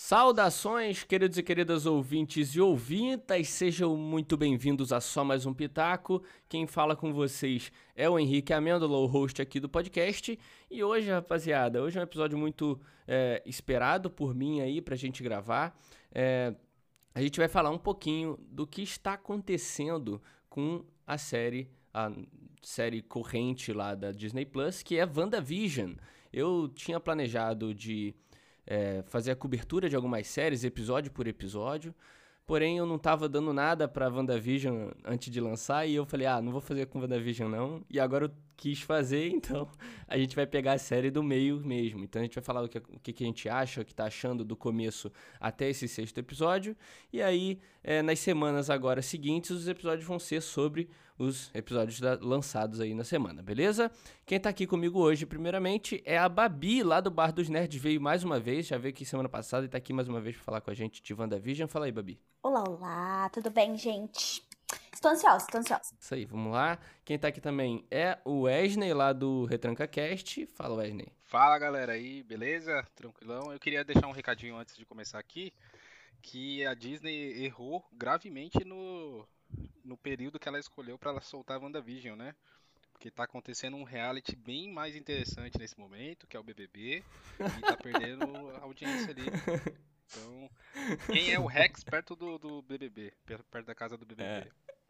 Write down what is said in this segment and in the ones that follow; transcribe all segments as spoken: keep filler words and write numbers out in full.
Saudações, queridos e queridas ouvintes e ouvintas, sejam muito bem-vindos a só mais um Pitaco. Quem fala com vocês é o Henrique Amêndola, o host aqui do podcast. E hoje, rapaziada, hoje é um episódio muito é, esperado por mim aí pra gente gravar. É, a gente vai falar um pouquinho do que está acontecendo com a série, a série corrente lá da Disney Plus, que é WandaVision. Eu tinha planejado de É, fazer a cobertura de algumas séries, episódio por episódio, porém eu não tava dando nada pra WandaVision antes de lançar, e eu falei, ah, não vou fazer com WandaVision não, e agora eu quis fazer, então a gente vai pegar a série do meio mesmo. Então a gente vai falar o que, o que a gente acha, o que tá achando do começo até esse sexto episódio, e aí é, nas semanas agora seguintes os episódios vão ser sobre os episódios da, lançados aí na semana, beleza? Quem tá aqui comigo hoje, primeiramente, é a Babi, lá do Bar dos Nerds, veio mais uma vez, já veio aqui semana passada e tá aqui mais uma vez pra falar com a gente de WandaVision. Fala aí, Babi. Olá, olá, tudo bem, gente? Estou ansiosa, estou ansiosa. Isso aí, vamos lá. Quem tá aqui também é o Wesley, lá do RetrancaCast. Fala, Wesley. Fala, galera aí, beleza? Tranquilão? Eu queria deixar um recadinho antes de começar aqui, que a Disney errou gravemente no, no período que ela escolheu para ela soltar a WandaVision, né? Porque tá acontecendo um reality bem mais interessante nesse momento, que é o B B B, e tá perdendo a audiência ali. Então, quem é o Rex perto do, do B B B? Perto da casa do B B B? É.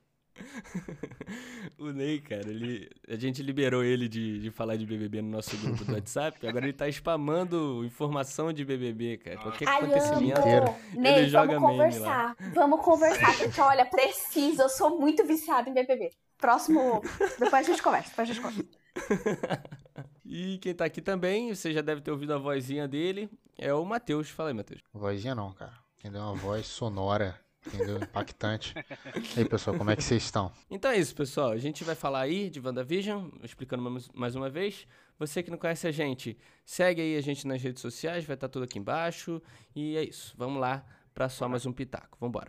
O Ney, cara, ele, a gente liberou ele de, de falar de B B B no nosso grupo do WhatsApp, agora ele tá spamando informação de B B B, cara. Qualquer Ai, acontecimento, amo. ele Ney, joga vamos meme lá. conversar. Vamos conversar, porque olha, preciso, eu sou muito viciada em B B B. Próximo, depois a gente conversa, depois a gente conversa. E quem tá aqui também, você já deve ter ouvido a vozinha dele, é o Matheus. Fala aí, Matheus. Vozinha não, cara. Entendeu? Uma voz sonora, entendeu? Impactante. E aí, pessoal, como é que vocês estão? Então é isso, pessoal. A gente vai falar aí de WandaVision, explicando mais uma vez. Você que não conhece a gente, segue aí a gente nas redes sociais, vai estar tudo aqui embaixo. E é isso. Vamos lá pra só mais um Pitaco. Vambora.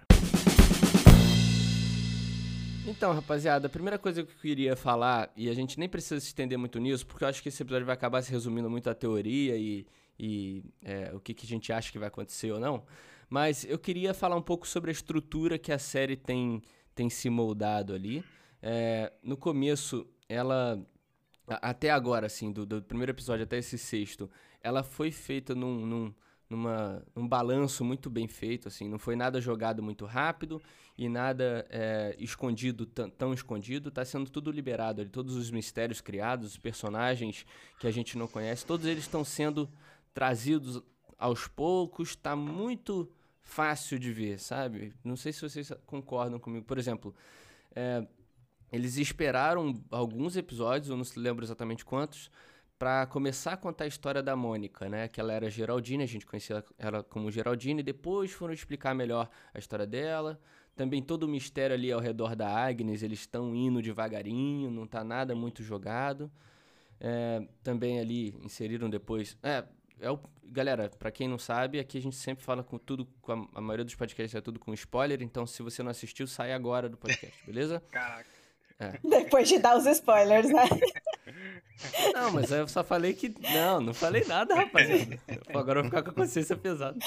Então, rapaziada, a primeira coisa que eu queria falar, e a gente nem precisa se estender muito nisso, porque eu acho que esse episódio vai acabar se resumindo muito à teoria e, e é, o que, que a gente acha que vai acontecer ou não, mas eu queria falar um pouco sobre a estrutura que a série tem, tem se moldado ali. É, no começo, ela, a, até agora, assim, do, do primeiro episódio até esse sexto, ela foi feita num... num Numa, num balanço muito bem feito, assim, não foi nada jogado muito rápido e nada é, escondido, tão, tão escondido, tá sendo tudo liberado ali, todos os mistérios criados, os personagens que a gente não conhece, todos eles estão sendo trazidos aos poucos, tá muito fácil de ver, sabe? Não sei se vocês concordam comigo, por exemplo, é, eles esperaram alguns episódios, eu não lembro exatamente quantos, para começar a contar a história da Mônica, né? Que ela era Geraldine, a gente conhecia ela como Geraldine, depois foram explicar melhor a história dela. Também todo o mistério ali ao redor da Agnes, eles estão indo devagarinho, não tá nada muito jogado. É, também ali inseriram depois... É, é o, galera, pra quem não sabe, aqui a gente sempre fala com tudo, com a, a maioria dos podcasts é tudo com spoiler, então se você não assistiu, sai agora do podcast, beleza? Caraca. É. Depois de dar os spoilers, né? Não, mas eu só falei que... Não, não falei nada, rapaziada. Agora eu vou ficar com a consciência pesada.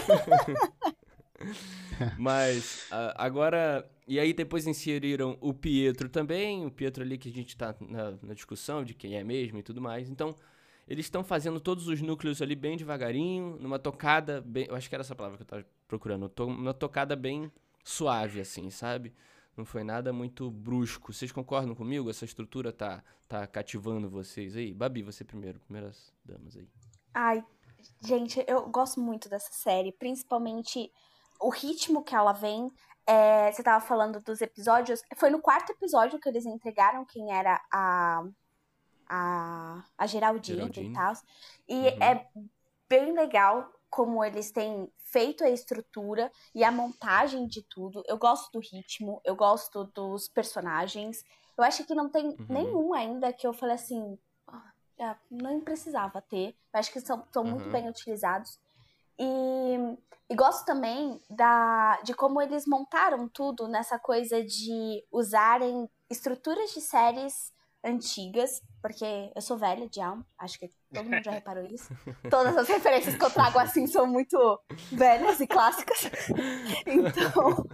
Mas, agora... E aí depois inseriram o Pietro também. O Pietro ali que a gente tá na, na discussão de quem é mesmo e tudo mais. Então, eles estão fazendo todos os núcleos ali bem devagarinho, numa tocada bem... Eu acho que era essa palavra que eu tava procurando. Uma tocada bem suave, assim, sabe? Não foi nada muito brusco. Vocês concordam comigo? Essa estrutura tá, tá cativando vocês aí? Babi, você primeiro. Primeiras damas aí. Ai, gente, eu gosto muito dessa série. Principalmente o ritmo que ela vem. É, você tava falando dos episódios. Foi no quarto episódio que eles entregaram quem era a, a, a Geraldine, Geraldine. e tal. E uhum. é bem legal como eles têm feito a estrutura e a montagem de tudo. Eu gosto do ritmo, eu gosto dos personagens. Eu acho que não tem uhum. nenhum ainda que eu falei assim, oh, não precisava ter. Eu acho que são, são uhum. muito bem utilizados. E, e gosto também da, de como eles montaram tudo nessa coisa de usarem estruturas de séries antigas, porque eu sou velha de alma, acho que todo mundo já reparou isso. Todas as referências que eu trago assim são muito velhas e clássicas. Então,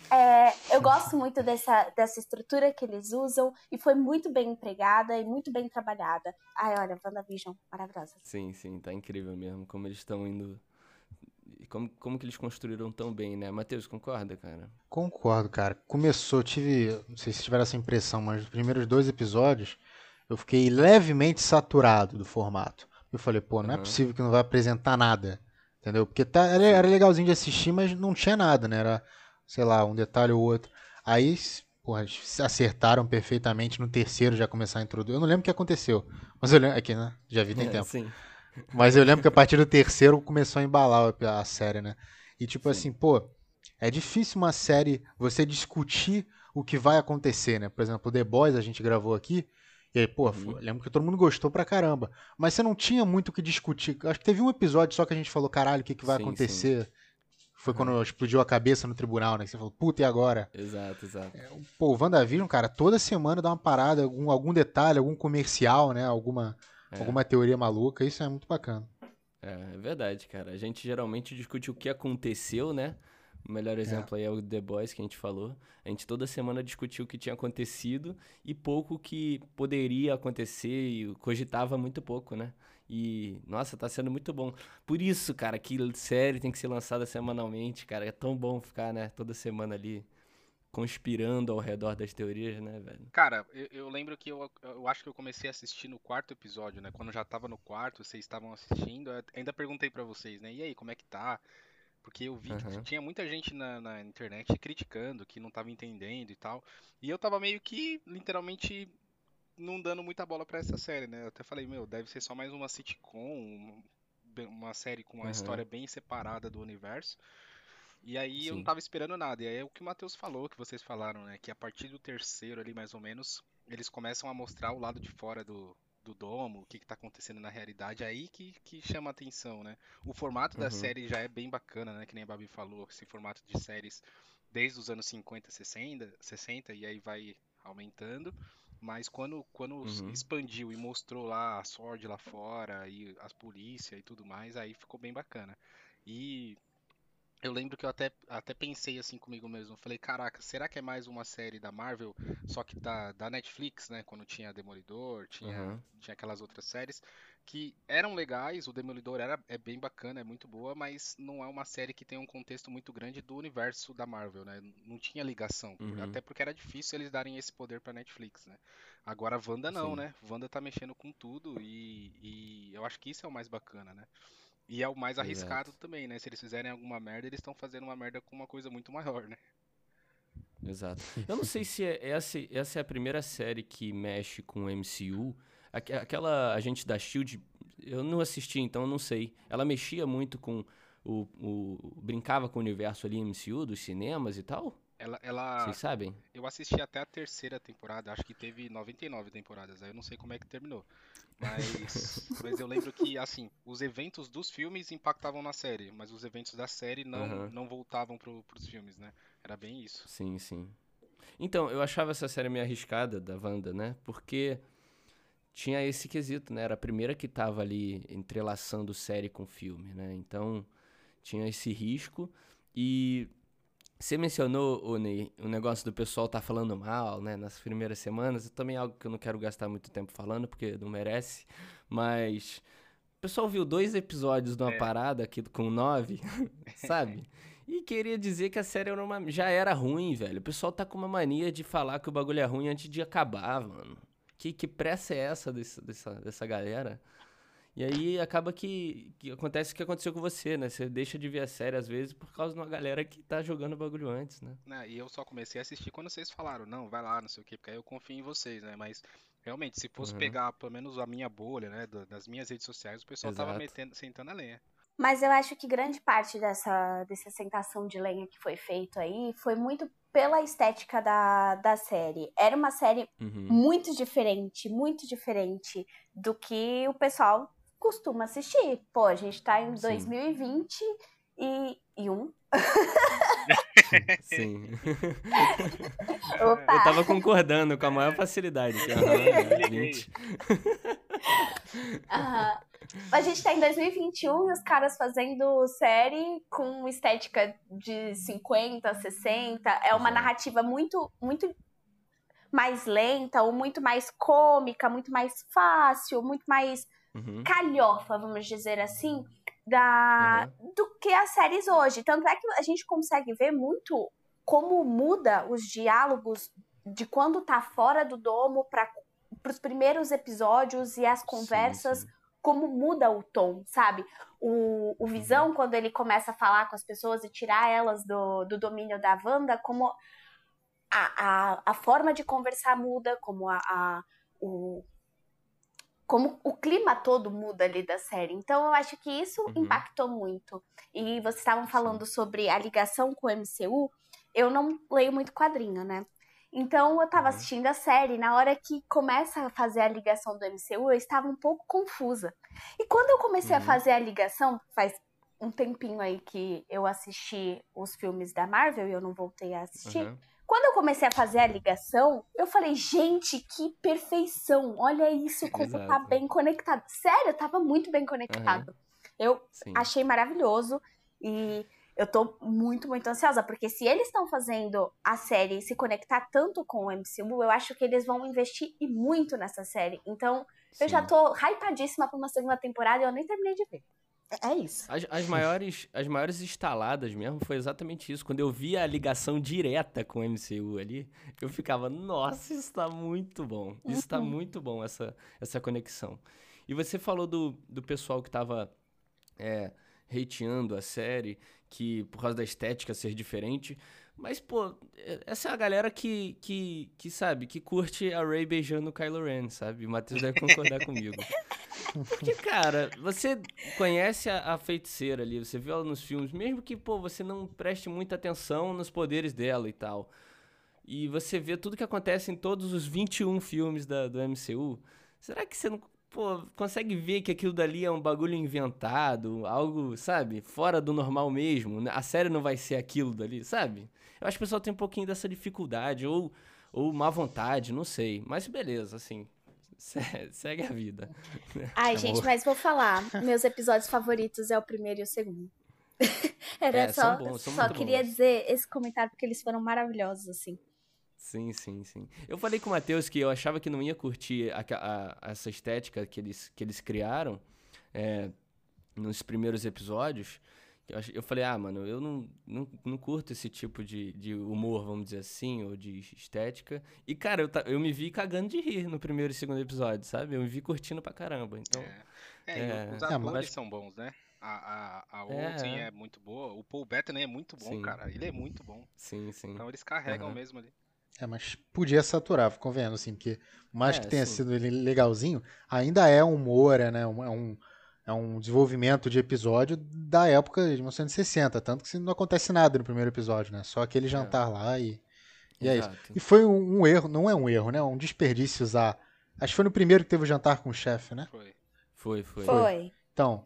é, eu gosto muito dessa, dessa estrutura que eles usam e foi muito bem empregada e muito bem trabalhada. Ai, olha, WandaVision, maravilhosa. Sim, sim, tá incrível mesmo, como eles estão indo... Como, como que eles construíram tão bem, né? Matheus, concorda, cara? Concordo, cara. Começou, tive, não sei se tiveram essa impressão, mas nos primeiros dois episódios eu fiquei levemente saturado do formato. Eu falei, pô, não é Aham. possível que não vai apresentar nada, entendeu? Porque tá, era, era legalzinho de assistir, mas não tinha nada, né? Era, sei lá, um detalhe ou outro. Aí, porra, eles se acertaram perfeitamente no terceiro já começar a introduzir. Eu não lembro o que aconteceu, mas eu lembro, aqui, né? Já vi tem É, tempo. sim, Mas eu lembro que a partir do terceiro começou a embalar a a série, né? E tipo sim. assim, pô, é difícil uma série você discutir o que vai acontecer, né? Por exemplo, The Boys a gente gravou aqui, e aí, pô, Uhum. foi- lembro que todo mundo gostou pra caramba. Mas você não tinha muito o que discutir. Acho que teve um episódio só que a gente falou, caralho, o que, que vai Sim, sim. acontecer? Foi Aham. quando explodiu a cabeça no tribunal, né? Que você falou, puta, e agora? Exato, exato. Pô, o WandaVision, cara, toda semana dá uma parada, algum, algum detalhe, algum comercial, né? Alguma, É. alguma teoria maluca, isso é muito bacana. É, é verdade, cara. A gente geralmente discute o que aconteceu, né? O melhor exemplo aí é o The Boys que a gente falou. A gente toda semana discutiu o que tinha acontecido e pouco o que poderia acontecer e cogitava muito pouco, né? E, nossa, tá sendo muito bom. Por isso, cara, que série tem que ser lançada semanalmente, cara. É tão bom ficar, né, toda semana ali conspirando ao redor das teorias, né, velho? Cara, eu, eu lembro que eu, eu acho que eu comecei a assistir no quarto episódio, né? Quando eu já tava no quarto, vocês estavam assistindo, eu ainda perguntei pra vocês, né? E aí, como é que tá? Porque eu vi que Aham. tinha muita gente na, na internet criticando, que não tava entendendo e tal. E eu tava meio que, literalmente, não dando muita bola pra essa série, né? Eu até falei, meu, deve ser só mais uma sitcom, um- uma série com uma Aham. história bem separada do universo. E aí eu não Sim. tava esperando nada. E aí é o que o Matheus falou, que vocês falaram, né? Que a partir do terceiro ali, mais ou menos, eles começam a mostrar o lado de fora do, do domo, o que que tá acontecendo na realidade. É aí que, que chama a atenção, né? O formato da Uhum. série já é bem bacana, né? Que nem a Babi falou, esse formato de séries desde os anos cinquenta, sessenta, sessenta e aí vai aumentando. Mas quando, quando Uhum. expandiu e mostrou lá a Sword lá fora e as polícia e tudo mais, aí ficou bem bacana. E eu lembro que eu até, até pensei assim comigo mesmo. Eu falei, caraca, será que é mais uma série da Marvel, só que da, da Netflix, né? Quando tinha Demolidor, tinha, Uhum. tinha aquelas outras séries que eram legais. O Demolidor era, é bem bacana, é muito boa, mas não é uma série que tem um contexto muito grande do universo da Marvel, né? Não tinha ligação, por- Uhum. até porque era difícil eles darem esse poder pra Netflix, né? Agora a Wanda não, Sim. né? Wanda tá mexendo com tudo e, e eu acho que isso é o mais bacana, né? E é o mais Exato. arriscado também, né? Se eles fizerem alguma merda, eles estão fazendo uma merda com uma coisa muito maior, né? Exato. Eu não sei se é essa, essa é a primeira série que mexe com o M C U. Aque- Aquela agente da Shield, eu não assisti, então eu não sei. Ela mexia muito com o, o- brincava com o universo ali M C U dos cinemas e tal? Ela, ela, Vocês sabem? eu assisti até a terceira temporada, acho que teve noventa e nove temporadas, aí eu não sei como é que terminou. Mas, mas eu lembro que, assim, os eventos dos filmes impactavam na série, mas os eventos da série não, Aham. não voltavam pro, pros filmes, né? Era bem isso. Sim, sim. Então, eu achava essa série meio arriscada da Wanda, né? Porque tinha esse quesito, né? Era a primeira que tava ali entrelaçando série com filme, né? Então, tinha esse risco. E você mencionou, ô Ney, o negócio do pessoal tá falando mal, né? Nas primeiras semanas. Também é algo que eu não quero gastar muito tempo falando, porque não merece. Mas o pessoal viu dois episódios de uma É, parada aqui com nove, sabe? E queria dizer que a série era uma- já era ruim, velho. O pessoal tá com uma mania de falar que o bagulho é ruim antes de acabar, mano. Que, que pressa é essa desse- dessa, dessa galera? E aí acaba que, que acontece o que aconteceu com você, né? Você deixa de ver a série às vezes por causa de uma galera que tá jogando o bagulho antes, né? né? E eu só comecei a assistir quando vocês falaram, não, vai lá, não sei o quê, porque aí eu confio em vocês, né? Mas realmente, se fosse Uhum. pegar pelo menos a minha bolha, né, da- das minhas redes sociais, o pessoal tava Exato. metendo, sentando a lenha. Mas eu acho que grande parte dessa, dessa sentação de lenha que foi feito aí foi muito pela estética da, da série. Era uma série Uhum. muito diferente, muito diferente do que o pessoal costuma assistir. Pô, a gente tá em Sim. dois mil e vinte e um. Sim. Opa! Eu tava concordando com a maior facilidade. Que, aham, é, vinte. Aham. A gente tá em dois mil e vinte e um e os caras fazendo série com estética de cinquenta, sessenta. É uma Exato. narrativa muito, muito mais lenta, ou muito mais cômica, muito mais fácil, muito mais Uhum. calhofa, vamos dizer assim, da, Uhum. do que as séries hoje. Tanto é que a gente consegue ver muito como muda os diálogos de quando tá fora do domo para os primeiros episódios e as conversas, Sim, sim. como muda o tom, sabe? O, o Visão, quando ele começa a falar com as pessoas e tirar elas do, do domínio da Wanda, como a, a, a forma de conversar muda, como a, a, o, como o clima todo muda ali da série. Então eu acho que isso Uhum. impactou muito. E vocês estavam falando Sim. sobre a ligação com o M C U. Eu não leio muito quadrinho, né? Então eu tava Uhum. assistindo a série, na hora que começa a fazer a ligação do M C U, eu estava um pouco confusa. E quando eu comecei Uhum. a fazer a ligação, faz um tempinho aí que eu assisti os filmes da Marvel e eu não voltei a assistir. Uhum. Quando eu comecei a fazer a ligação, eu falei, gente, que perfeição! Olha isso, como tá Exato. bem conectado. Sério, tava muito bem conectado. Eu Sim. achei maravilhoso e eu tô muito, muito ansiosa, porque se eles estão fazendo a série se conectar tanto com o M C U, eu acho que eles vão investir e muito nessa série. Então, eu já Sim. tô hypadíssima pra uma segunda temporada e eu nem terminei de ver. É isso. As, as, maiores, as maiores estaladas mesmo foi exatamente isso. Quando eu vi a ligação direta com o M C U ali, eu ficava, nossa, isso tá muito bom. Isso tá Uhum. muito bom, essa, essa conexão. E você falou do, do pessoal que tava é, hateando a série, que por causa da estética ser diferente. Mas, pô, é- essa é a galera que, que, que sabe, que curte a Rey beijando o Kylo Ren, sabe? O Matheus deve concordar comigo. Porque, cara, você conhece a, a feiticeira ali, você viu ela nos filmes, mesmo que, pô, você não preste muita atenção nos poderes dela e tal. E você vê tudo que acontece em todos os vinte e um filmes da, do M C U. Será que você não, pô, consegue ver que aquilo dali é um bagulho inventado, algo, sabe, fora do normal mesmo? A série não vai ser aquilo dali, sabe? Eu acho que o pessoal tem um pouquinho dessa dificuldade, ou, ou má vontade, não sei. Mas beleza, assim, se- segue a vida. Ai, Amor. gente, mas vou falar. Meus episódios favoritos é o primeiro e o segundo. Era É, são só, bons, são só muito queria bons. dizer esse comentário porque eles foram maravilhosos, assim. Sim, sim, sim. Eu falei com o Matheus que eu achava que não ia curtir a- a- essa estética que eles, que eles criaram é, nos primeiros episódios. Eu, ach- eu falei, ah, mano, eu não, não, não curto esse tipo de, de humor, vamos dizer assim, ou de estética. E, cara, eu, ta- eu me vi cagando de rir no primeiro e segundo episódio, sabe? Eu me vi curtindo pra caramba. Então, É, é, e é, os É, mas- atores são bons, né? A, a, a Olsen É. é muito boa. O Paul Bettany é muito bom, Sim. cara. Ele é muito bom. sim, sim. Então eles carregam Aham. mesmo ali. É, mas podia saturar, convenhando, assim, porque por mais É, que tenha sim. sido ele legalzinho, ainda é um humor, é, né, um, é, um, é um desenvolvimento de episódio da época de mil novecentos e sessenta, tanto que não acontece nada no primeiro episódio, né? Só aquele jantar lá e, e é isso. Exato. E foi um, um erro, não é um erro, né? Um desperdício usar. Acho que foi no primeiro que teve o jantar com o chefe, né? Foi. Foi, foi. Foi. Então,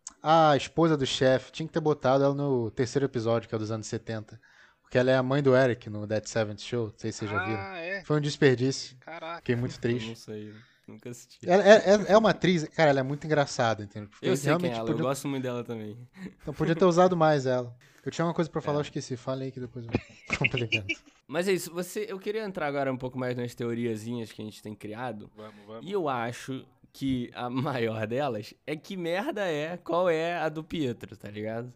a esposa do chefe tinha que ter botado ela no terceiro episódio, que é o dos anos setenta. Porque ela é a mãe do Eric no Dead Seventh Show, não sei se vocês já viram. Ah, é? Foi um desperdício. Caraca. Fiquei muito Eu triste. não sei, nunca assisti. Ela é, é, é uma atriz, cara, ela é muito engraçada, entendeu? Porque Eu eles sei quem é realmente ela, eu podiam, gosto muito dela também. então, podia ter usado mais ela. Eu tinha uma coisa pra falar, É. eu esqueci. Fala aí que depois eu complemento. Mas é isso, você, eu queria entrar agora um pouco mais nas teoriazinhas que a gente tem criado. Vamos, vamos. E eu acho que a maior delas é que merda é, qual é a do Pietro, tá ligado?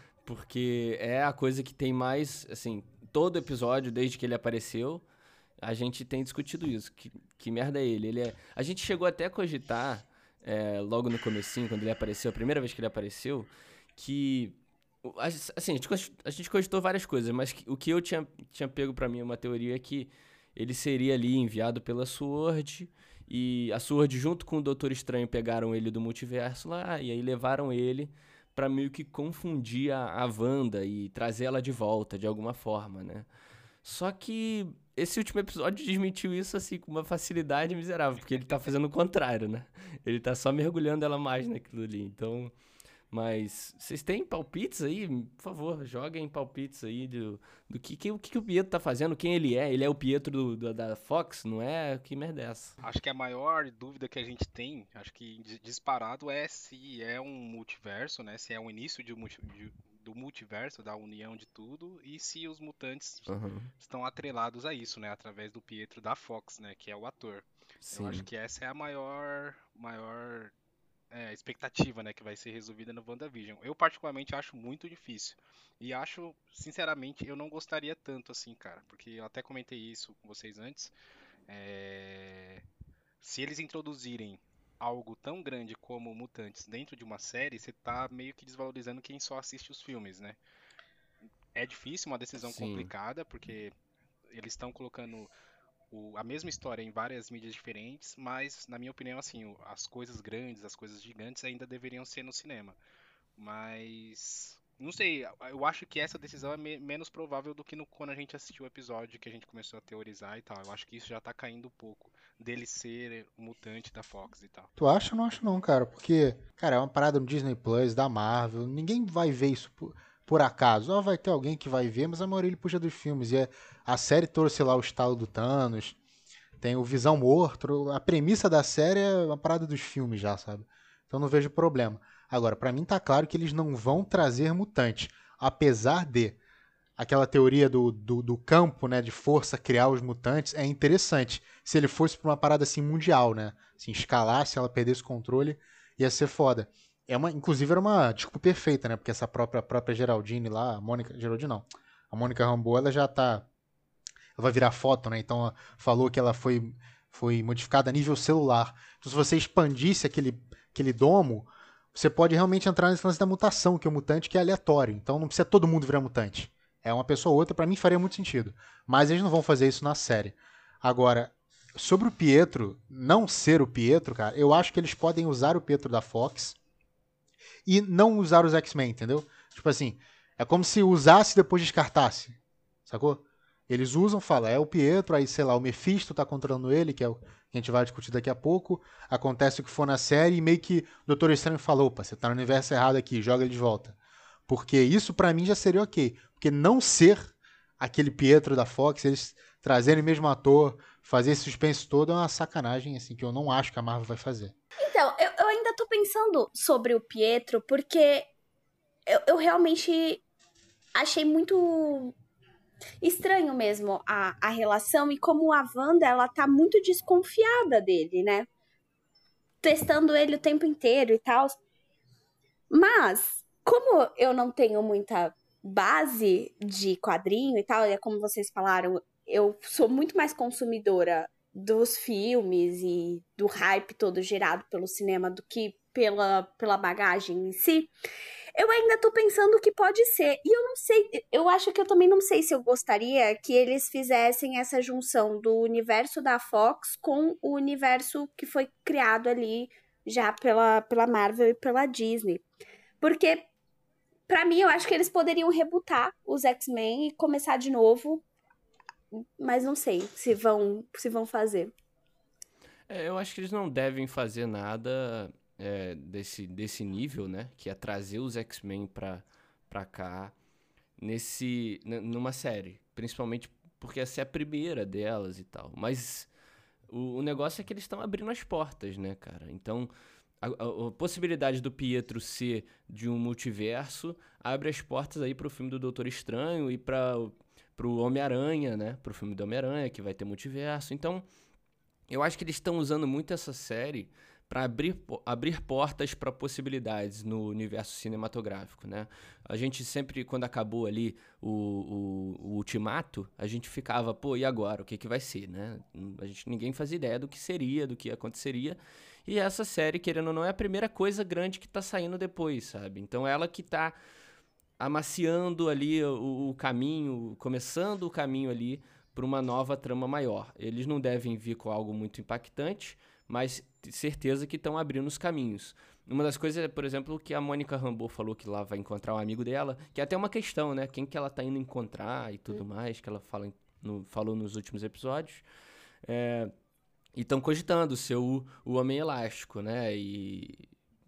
Porque é a coisa que tem mais, assim, todo episódio, desde que ele apareceu, a gente tem discutido isso. Que, que merda é ele? Ele é... A gente chegou até a cogitar, é, logo no comecinho, quando ele apareceu, a primeira vez que ele apareceu, que... o- a- Assim, a gente, cogit- a gente cogitou várias coisas, mas que- o que eu tinha, tinha pego pra mim uma teoria é que ele seria ali enviado pela SWORD, e a SWORD junto com o Doutor Estranho pegaram ele do multiverso lá, e aí levaram ele pra meio que confundir a, a Wanda e trazer ela de volta, de alguma forma, né? Só que esse último episódio desmentiu isso, assim, com uma facilidade miserável, porque ele tá fazendo o contrário, né? Ele tá só mergulhando ela mais naquilo ali, então... Mas vocês têm palpites aí? Por favor, joguem palpites aí do, do que, que, o que, que o Pietro tá fazendo, quem ele é. Ele é o Pietro do, do- da Fox, não é? Que merda é essa? Acho que a maior dúvida que a gente tem, acho que dis- disparado, é se é um multiverso, né? Se é o início de um multi- de- do multiverso, da união de tudo, e se os mutantes Aham, estão atrelados a isso, né? Através do Pietro da Fox, né? Que é o ator. Eu acho sim. que essa é a maior, maior é, expectativa, né? Que vai ser resolvida no WandaVision. Eu particularmente acho muito difícil. E acho, sinceramente, eu não gostaria tanto assim, cara. Porque eu até comentei isso com vocês antes. É, Se eles introduzirem algo tão grande como Mutantes dentro de uma série, você tá meio que desvalorizando quem só assiste os filmes, né? É difícil, uma decisão Sim. complicada, porque eles estão colocando o- a mesma história em várias mídias diferentes, mas, na minha opinião, assim, o- as coisas grandes, as coisas gigantes ainda deveriam ser no cinema. Mas, não sei, eu acho que essa decisão é me- menos provável do que no- quando a gente assistiu o episódio que a gente começou a teorizar e tal. Eu acho que isso já tá caindo um pouco, dele ser o mutante da Fox e tal. Tu acha? Eu não acho não, cara. Porque, cara, é uma parada no Disney Plus, da Marvel. Ninguém vai ver isso por, por acaso. Ó, vai ter alguém que vai ver, mas a maioria ele puxa dos filmes. E é, a série trouxe lá o estalo do Thanos. Tem o Visão Morto. A premissa da série é uma parada dos filmes já, sabe? Então não vejo problema. Agora, pra mim tá claro que eles não vão trazer mutante. Apesar de aquela teoria do, do, do campo, né, de força criar os mutantes é interessante. Se ele fosse pra uma parada assim mundial, né? Assim, escalasse, ela perdesse o controle, ia ser foda. É uma, inclusive era uma desculpa perfeita, né? Porque essa própria, própria Geraldine lá, a Mônica, Geraldine não, a Mônica Rambeau, ela já tá, ela vai virar foto, né? Então ela falou que ela foi, foi modificada a nível celular. Então se você expandisse aquele, aquele domo, você pode realmente entrar nesse lance da mutação, que é o mutante que é aleatório. Então não precisa todo mundo virar mutante. É uma pessoa ou outra, pra mim faria muito sentido. Mas eles não vão fazer isso na série. Agora, sobre o Pietro não ser o Pietro, cara, eu acho que eles podem usar o Pietro da Fox e não usar os X-Men, entendeu? Tipo assim, é como se usasse e depois descartasse, sacou? Eles usam, fala, é o Pietro, aí, sei lá, o Mephisto tá controlando ele, que é o que a gente vai discutir daqui a pouco. Acontece o que for na série e meio que o Doutor Estranho falou, opa, você tá no universo errado aqui, joga ele de volta. Porque isso pra mim já seria ok. Porque não ser aquele Pietro da Fox, eles trazerem o mesmo ator, fazer esse suspense todo é uma sacanagem, assim, que eu não acho que a Marvel vai fazer. Então, eu, eu ainda tô pensando sobre o Pietro, porque eu, eu realmente achei muito estranho mesmo a, a relação e como a Wanda, ela tá muito desconfiada dele, né? Testando ele o tempo inteiro e tal. Mas, como eu não tenho muita base de quadrinho e tal, é como vocês falaram, eu sou muito mais consumidora dos filmes e do hype todo gerado pelo cinema do que pela, pela bagagem em si. Eu ainda tô pensando que pode ser. E eu não sei, eu acho que eu também não sei se eu gostaria que eles fizessem essa junção do universo da Fox com o universo que foi criado ali já pela, pela Marvel e pela Disney. Porque, pra mim, eu acho que eles poderiam rebootar os X-Men e começar de novo, mas não sei se vão, se vão fazer. É, eu acho que eles não devem fazer nada é, desse, desse nível, né? Que é trazer os X-Men pra, pra cá nesse, n- numa série. Principalmente porque essa é a primeira delas e tal. Mas o, o negócio é que eles estão abrindo as portas, né, cara? Então, a, a- a possibilidade do Pietro ser de um multiverso abre as portas aí pro filme do Doutor Estranho e para pro Homem-Aranha, né? Pro filme do Homem-Aranha, que vai ter multiverso. Então, eu acho que eles estão usando muito essa série para abrir, po- abrir portas para possibilidades no universo cinematográfico, né? A gente sempre, quando acabou ali o, o, o Ultimato, a gente ficava, pô, e agora? O que que vai ser, né? Hum, A gente, ninguém fazia ideia do que seria, do que aconteceria. E essa série, querendo ou não, é a primeira coisa grande que tá saindo depois, sabe? Então ela que tá amaciando ali o, o caminho, começando o caminho ali para uma nova trama maior. Eles não devem vir com algo muito impactante, mas t- certeza que estão abrindo os caminhos. Uma das coisas é, por exemplo, que a Mônica Rambeau falou que lá vai encontrar um amigo dela, que é até uma questão, né? Quem que ela tá indo encontrar e tudo mais, que ela fala em- no- falou nos últimos episódios. É, e estão cogitando ser o, o Homem Elástico, né? E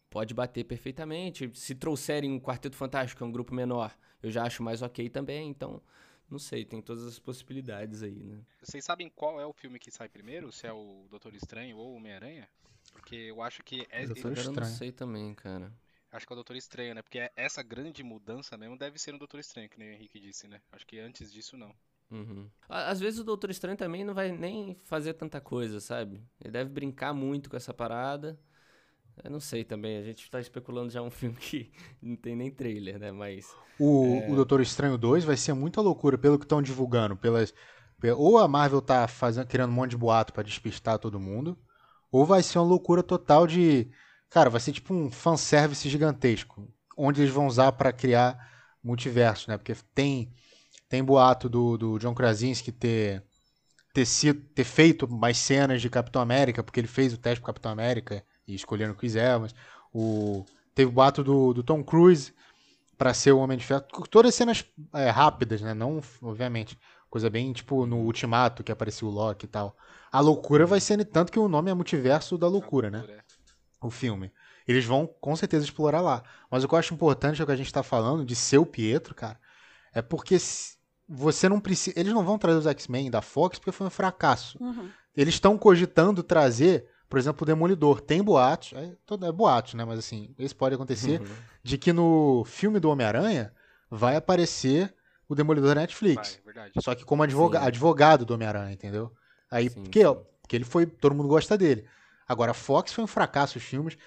pode bater perfeitamente. Se trouxerem um Quarteto Fantástico, que é um grupo menor, eu já acho mais ok também, então... Não sei, tem todas as possibilidades aí, né? Vocês sabem qual é o filme que sai primeiro? Se é o Doutor Estranho ou o Homem-Aranha? Porque eu acho que é, Doutor Agora eu não Estranho. sei também, cara. acho que é o Doutor Estranho, né? Porque essa grande mudança mesmo deve ser no Doutor Estranho, que nem o Henrique disse, né? Acho que antes disso não. Uhum. Á- Às vezes o Doutor Estranho também não vai nem fazer tanta coisa, sabe? Ele deve brincar muito com essa parada. Eu não sei também, a gente tá especulando já um filme que não tem nem trailer, né? Mas. O, o É. Doutor Estranho dois vai ser muita loucura, pelo que estão divulgando. Pelas, pe- ou a Marvel tá fazendo, criando um monte de boato pra despistar todo mundo, ou vai ser uma loucura total de. Cara, vai ser tipo um fanservice gigantesco, onde eles vão usar pra criar multiverso, né? Porque tem, tem boato do, do John Krasinski ter, ter, sido, ter feito mais cenas de Capitão América, porque ele fez o teste pro Capitão América e escolheram o Chris Evans. O, teve boato do, do Tom Cruise pra ser o Homem de Ferro. Todas cenas é, rápidas, né? Não, obviamente. Coisa bem, tipo, no Ultimato, que apareceu o Loki e tal. A loucura vai ser tanto que o nome é Multiverso da Loucura, né? Loucura, é. O filme. Eles vão, com certeza, explorar lá. Mas o que eu acho importante é o que a gente tá falando, de ser o Pietro, cara, é porque se- você não precisa... Eles não vão trazer os X-Men da Fox porque foi um fracasso. Uhum. Eles estão cogitando trazer, por exemplo, o Demolidor. Tem boatos, é, todo, é boato, né? Mas assim, isso pode acontecer, Uhum. de que no filme do Homem-Aranha vai aparecer o Demolidor na Netflix. Vai, verdade. Só que como advoga- Sim. advogado do Homem-Aranha, entendeu? Aí, Sim, porque, ó, sim. porque ele foi. Todo mundo gosta dele. Agora, a Fox foi um fracasso os filmes.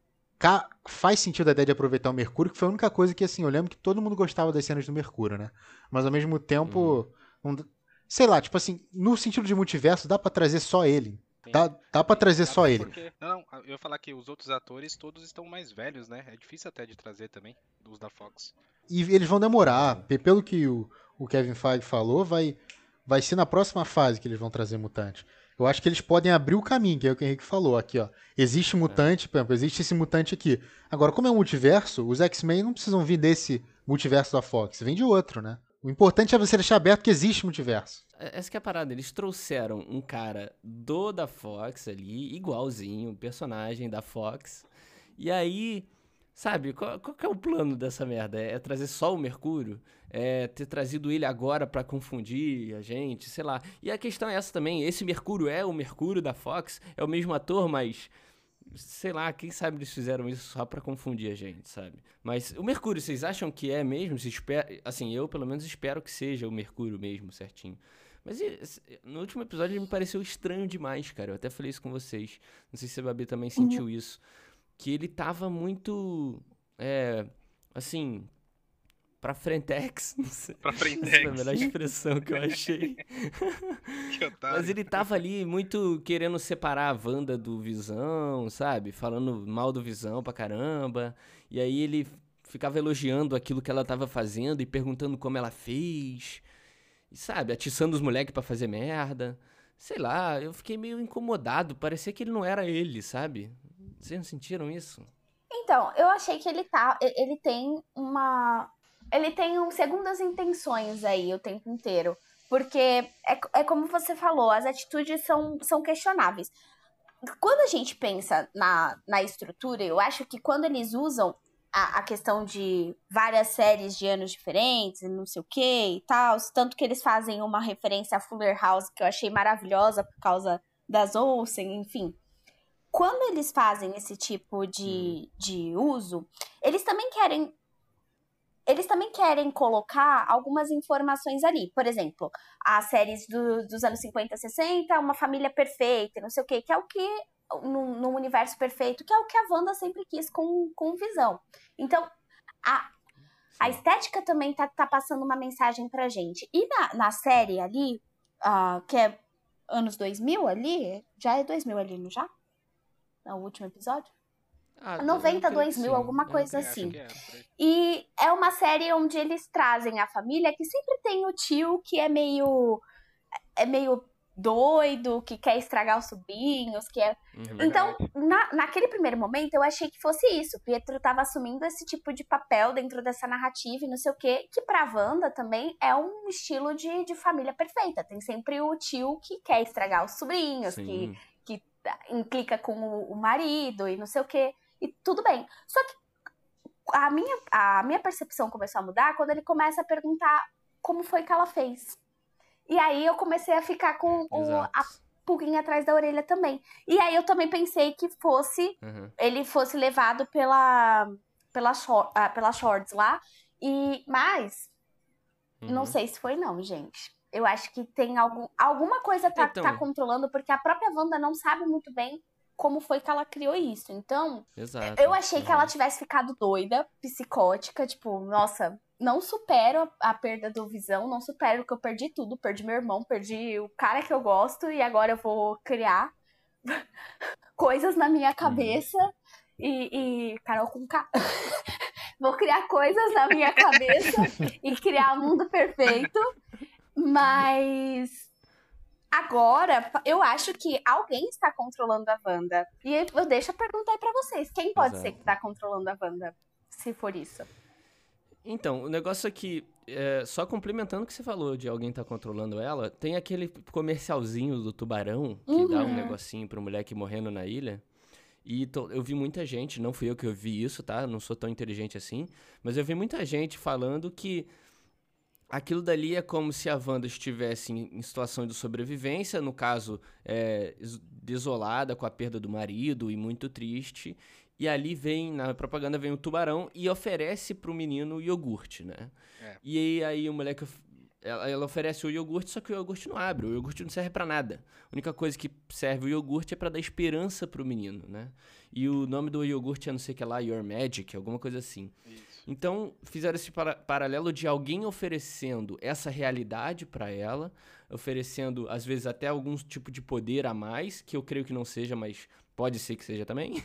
Ca- faz sentido a ideia de aproveitar o Mercúrio, que foi a única coisa que, assim, eu lembro que todo mundo gostava das cenas do Mercúrio, né? Mas ao mesmo tempo. não d- sei lá, tipo assim, no sentido de multiverso, dá pra trazer só ele. Sim. Dá, dá pra trazer Até só ele. porque- Não, não, eu ia falar que os outros atores todos estão mais velhos, né? É difícil até de trazer também, os da Fox. E eles vão demorar. Pe- Pelo que o, o Kevin Feige falou, vai, vai ser na próxima fase que eles vão trazer mutante. Eu acho que eles podem abrir o caminho, que é o que o Henrique falou aqui, ó. Existe mutante, por exemplo, existe esse mutante aqui. Agora, como é um multiverso, os X-Men não precisam vir desse multiverso da Fox, vem de outro, né? O importante é você deixar aberto que existe multiverso. É- Essa que é a parada, eles trouxeram um cara do da Fox ali, igualzinho, um personagem da Fox. E aí, sabe, qual, qual que é o plano dessa merda? É, é trazer só o Mercúrio? É ter trazido ele agora pra confundir a gente, sei lá. E a questão é essa também, esse Mercúrio é o Mercúrio da Fox? É o mesmo ator, mas... Sei lá, quem sabe eles fizeram isso só pra confundir a gente, sabe? Mas o Mercúrio, vocês acham que é mesmo? Se espera... Assim, eu pelo menos espero que seja o Mercúrio mesmo, certinho. Mas e- esse- no último episódio ele me pareceu estranho demais, cara. Eu até falei isso com vocês. Não sei se a Babi também sentiu isso. Que ele tava muito... É... Assim... Pra frentex. Não sei, Pra não sei a Frentex. melhor expressão que eu achei. Que otário. Mas ele tava ali muito querendo separar a Wanda do Visão, sabe? Falando mal do Visão pra caramba. E aí ele ficava elogiando aquilo que ela tava fazendo e perguntando como ela fez. E sabe, atiçando os moleques pra fazer merda. Sei lá, eu fiquei meio incomodado. Parecia que ele não era ele, sabe? Vocês não sentiram isso? Então, eu achei que ele tá. e- Ele tem uma. Ele tem um segundas intenções aí o tempo inteiro. Porque é, é como você falou, as atitudes são, são questionáveis. Quando a gente pensa na, na estrutura, eu acho que quando eles usam a, a questão de várias séries de anos diferentes, não sei o que e tal, tanto que eles fazem uma referência a Fuller House, que eu achei maravilhosa por causa das Olsen, enfim. Quando eles fazem esse tipo de, de uso, eles também querem eles também querem colocar algumas informações ali. Por exemplo, as séries do- dos anos cinquenta, sessenta, uma família perfeita, não sei o quê, que é o que, num, num universo perfeito, que é o que a Wanda sempre quis com, com Visão. Então, a, a estética também tá, tá passando uma mensagem pra gente. E na, na série ali, ah, que é anos dois mil ali, já é dois mil ali, não já? No último episódio? Ah, noventa, eu creio que dois mil, sim. alguma Eu coisa É, acho assim. que é, por aí. E é uma série onde eles trazem a família que sempre tem o tio que é meio é meio doido, que quer estragar os sobrinhos, que é... Uhum. Então, na, naquele primeiro momento, eu achei que fosse isso. O Pietro tava assumindo esse tipo de papel dentro dessa narrativa e não sei o quê, que pra Wanda também é um estilo de, de família perfeita. Tem sempre o tio que quer estragar os sobrinhos, que, Sim. que implica com o, o marido e não sei o quê. e tudo bem. Só que a minha, a minha percepção começou a mudar quando ele começa a perguntar como foi que ela fez. E aí eu comecei a ficar com o, a pulguinha atrás da orelha também. E aí eu também pensei que fosse, uhum. ele fosse levado pela, pela, short, uh, pela shorts lá. E, mas, uhum. não sei se foi não, gente. Eu acho que tem algum, alguma coisa tá, então... tá controlando, porque a própria Wanda não sabe muito bem como foi que ela criou isso. Então, Exato. eu achei uhum. que ela tivesse ficado doida, psicótica, tipo, nossa, não supero a perda do Visão, não supero que eu perdi tudo, perdi meu irmão, perdi o cara que eu gosto e agora eu vou criar coisas na minha cabeça uhum. e, e... Carol com K... vou criar coisas na minha cabeça e criar um mundo perfeito, mas... Agora, eu acho que alguém está controlando a Wanda. E eu deixo a pergunta aí pra vocês. Quem pode Exato. ser que está controlando a Wanda, se for isso? Então, o negócio é que, é, só complementando o que você falou de alguém tá controlando ela, tem aquele comercialzinho do tubarão que uhum. dá um negocinho pro moleque morrendo na ilha. E tô, eu vi muita gente, não fui eu que eu vi isso, tá? Não sou tão inteligente assim. Mas eu vi muita gente falando que aquilo dali é como se a Wanda estivesse em, em situação de sobrevivência, no caso, é, desolada com a perda do marido e muito triste. E ali vem, na propaganda, vem o tubarão e oferece pro menino iogurte, né? É. E aí o moleque, ela, ela oferece o iogurte, só que o iogurte não abre, o iogurte não serve pra nada. A única coisa que serve o iogurte é pra dar esperança pro menino, né? E o nome do iogurte é não sei o que lá, Your Magic, alguma coisa assim. Isso. Então, fizeram esse para- paralelo de alguém oferecendo essa realidade pra ela, oferecendo, às vezes, até algum tipo de poder a mais, que eu creio que não seja, mas pode ser que seja também.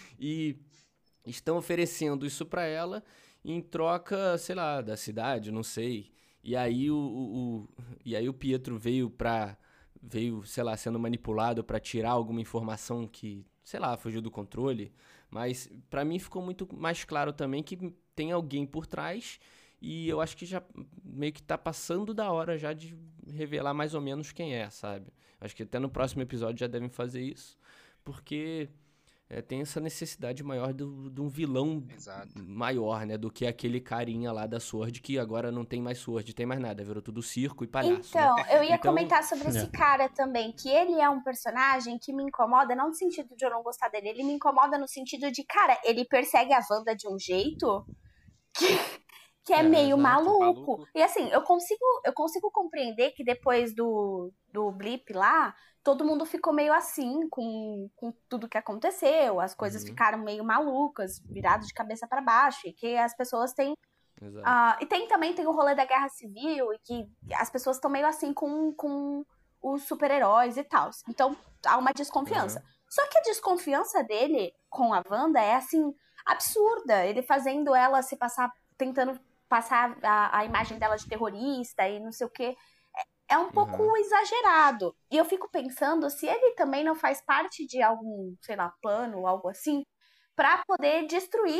E estão oferecendo isso pra ela em troca, sei lá, da cidade, não sei. E aí o, o, o, e aí o Pietro veio pra... veio, sei lá, sendo manipulado pra tirar alguma informação que, sei lá, fugiu do controle. Mas pra mim ficou muito mais claro também que tem alguém por trás e eu acho que já meio que tá passando da hora já de revelar mais ou menos quem é, sabe? Acho que até no próximo episódio já devem fazer isso, porque é, tem essa necessidade maior do, de um vilão Exato. maior, né? Do que aquele carinha lá da Sword, que agora não tem mais Sword, tem mais nada, virou tudo circo e palhaço. Então, né? eu ia então... comentar sobre esse cara também, que ele é um personagem que me incomoda, não no sentido de eu não gostar dele, ele me incomoda no sentido de, cara, ele persegue a Wanda de um jeito que, que é, é meio exato, maluco. maluco. E assim, eu consigo, eu consigo compreender que depois do, do blip lá, todo mundo ficou meio assim com, com tudo que aconteceu, as coisas uhum. ficaram meio malucas, viradas de cabeça para baixo, e que as pessoas têm... Uh, e tem também tem o rolê da guerra civil, e que as pessoas estão meio assim com, com os super-heróis e tal. Então, há uma desconfiança. Uhum. Só que a desconfiança dele com a Wanda é, assim, absurda. Ele fazendo ela se passar, tentando passar a, a imagem dela de terrorista e não sei o quê. É um pouco uhum. exagerado. E eu fico pensando se ele também não faz parte de algum, sei lá, plano ou algo assim, pra poder destruir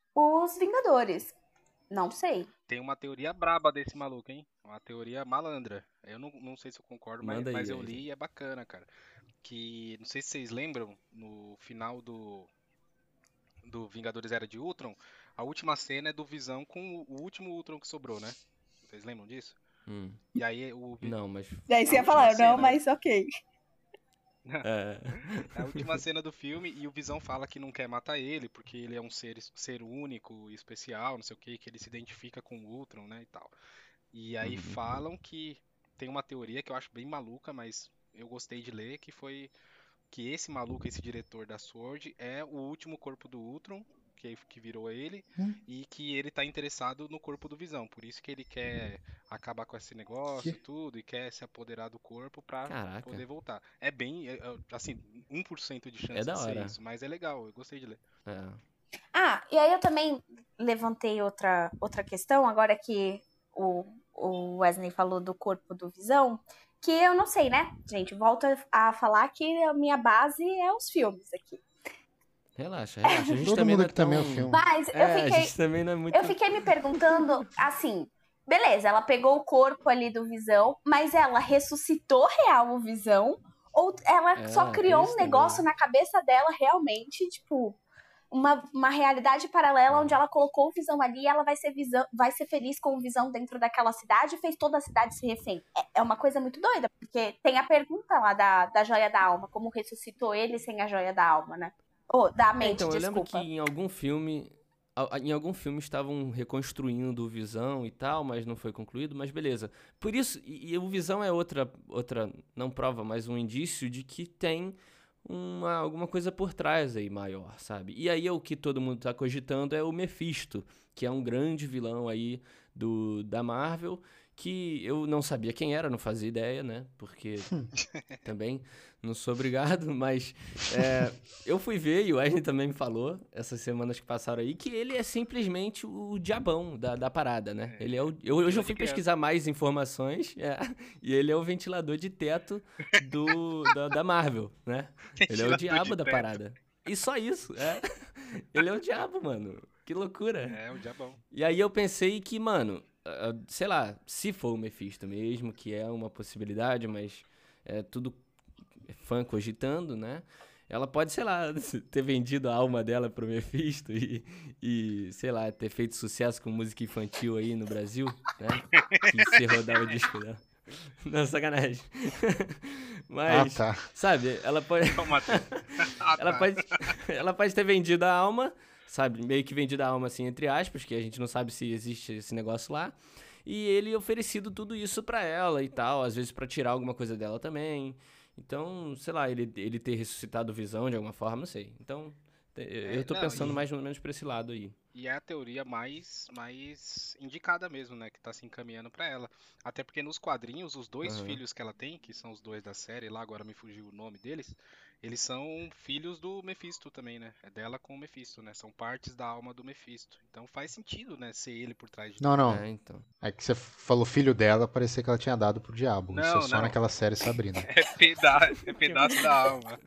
os Vingadores. Não sei. Tem uma teoria braba desse maluco, hein? Uma teoria malandra. Eu não, não sei se eu concordo, mas, aí, mas eu li e é bacana, cara. Que, não sei se vocês lembram, no final do, do Vingadores Era de Ultron, a última cena é do Visão com o último Ultron que sobrou, né? Vocês lembram disso? Hum. E aí o... Não, mas... Daí você ia falar, cena... não, mas ok. É. A última cena do filme, e o Visão fala que não quer matar ele, porque ele é um ser, ser único e especial, não sei o que, que ele se identifica com o Ultron, né, e tal. E aí uhum. falam que tem uma teoria que eu acho bem maluca, mas eu gostei de ler, que foi que esse maluco, esse diretor da Sword, é o último corpo do Ultron, que, que virou ele, hum? e que ele tá interessado no corpo do Visão, por isso que ele quer acabar com esse negócio, que? tudo, e quer se apoderar do corpo pra Caraca. poder voltar. É bem, é, assim, um por cento de chance é da de ser hora. isso, mas é legal, eu gostei de ler. É. Ah, e aí eu também levantei outra, outra questão, agora que o, o Wesley falou do corpo do Visão, que eu não sei, né, gente, volto a falar que a minha base é os filmes aqui. Relaxa, relaxa. A gente Todo também mundo não é que tão... também é o filme. Mas é, eu fiquei, a gente também não é muito... eu fiquei me perguntando, assim, beleza, ela pegou o corpo ali do Visão, mas ela ressuscitou real o Visão? Ou ela é, só criou um também. negócio na cabeça dela realmente, tipo... uma, uma realidade paralela onde ela colocou o Visão ali e ela vai ser, visão, vai ser feliz com o Visão dentro daquela cidade e fez toda a cidade se refém. É, é uma coisa muito doida, porque tem a pergunta lá da, da Joia da Alma, como ressuscitou ele sem a Joia da Alma, né? Ou da mente, então, eu desculpa. lembro que em algum filme... Em algum filme estavam reconstruindo o Visão e tal, mas não foi concluído, mas beleza. Por isso, e, e o Visão é outra, outra, não prova, mas um indício de que tem uma, alguma coisa por trás aí maior, sabe? E aí o que todo mundo tá cogitando é o Mephisto, que é um grande vilão aí do, da Marvel, que eu não sabia quem era, não fazia ideia, né? Porque também não sou obrigado, mas é, eu fui ver, e o Wesley também me falou, essas semanas que passaram aí, que ele é simplesmente o diabão da, da parada, né? Ele é o, eu, hoje eu fui pesquisar mais informações, é, e ele é o ventilador de teto do, da, da Marvel, né? Ele é o diabo da parada. E só isso, é. Ele é o diabo, mano. Que loucura. É, o diabão. E aí eu pensei que, mano, uh, sei lá, se for o Mephisto mesmo, que é uma possibilidade, mas é tudo fã cogitando, né? Ela pode, sei lá, ter vendido a alma dela pro Mephisto e, e, sei lá, ter feito sucesso com música infantil aí no Brasil, né? Que se rodar o disco dela. Não, sacanagem. Mas, ah, tá. sabe, ela pode... ah, ela, tá. pode... ela pode ter vendido a alma, sabe? Meio que vendido a alma, assim, entre aspas, que a gente não sabe se existe esse negócio lá. E ele oferecido tudo isso pra ela e tal, às vezes pra tirar alguma coisa dela também. Então, sei lá, ele, ele ter ressuscitado o Visão de alguma forma, não sei. Então, eu tô não, pensando e- mais ou menos pra esse lado aí. E é a teoria mais, mais indicada mesmo, né? Que tá se encaminhando pra ela. Até porque nos quadrinhos, os dois Aham. filhos que ela tem, que são os dois da série, lá agora me fugiu o nome deles, eles são filhos do Mephisto também, né? É dela com o Mephisto, né? São partes da alma do Mephisto. Então faz sentido, né? Ser ele por trás de Não, tudo. não. É, então. É que você falou filho dela, parecia que ela tinha dado pro diabo. Isso Não, é só não. naquela série Sabrina. É, peda é pedaço da alma.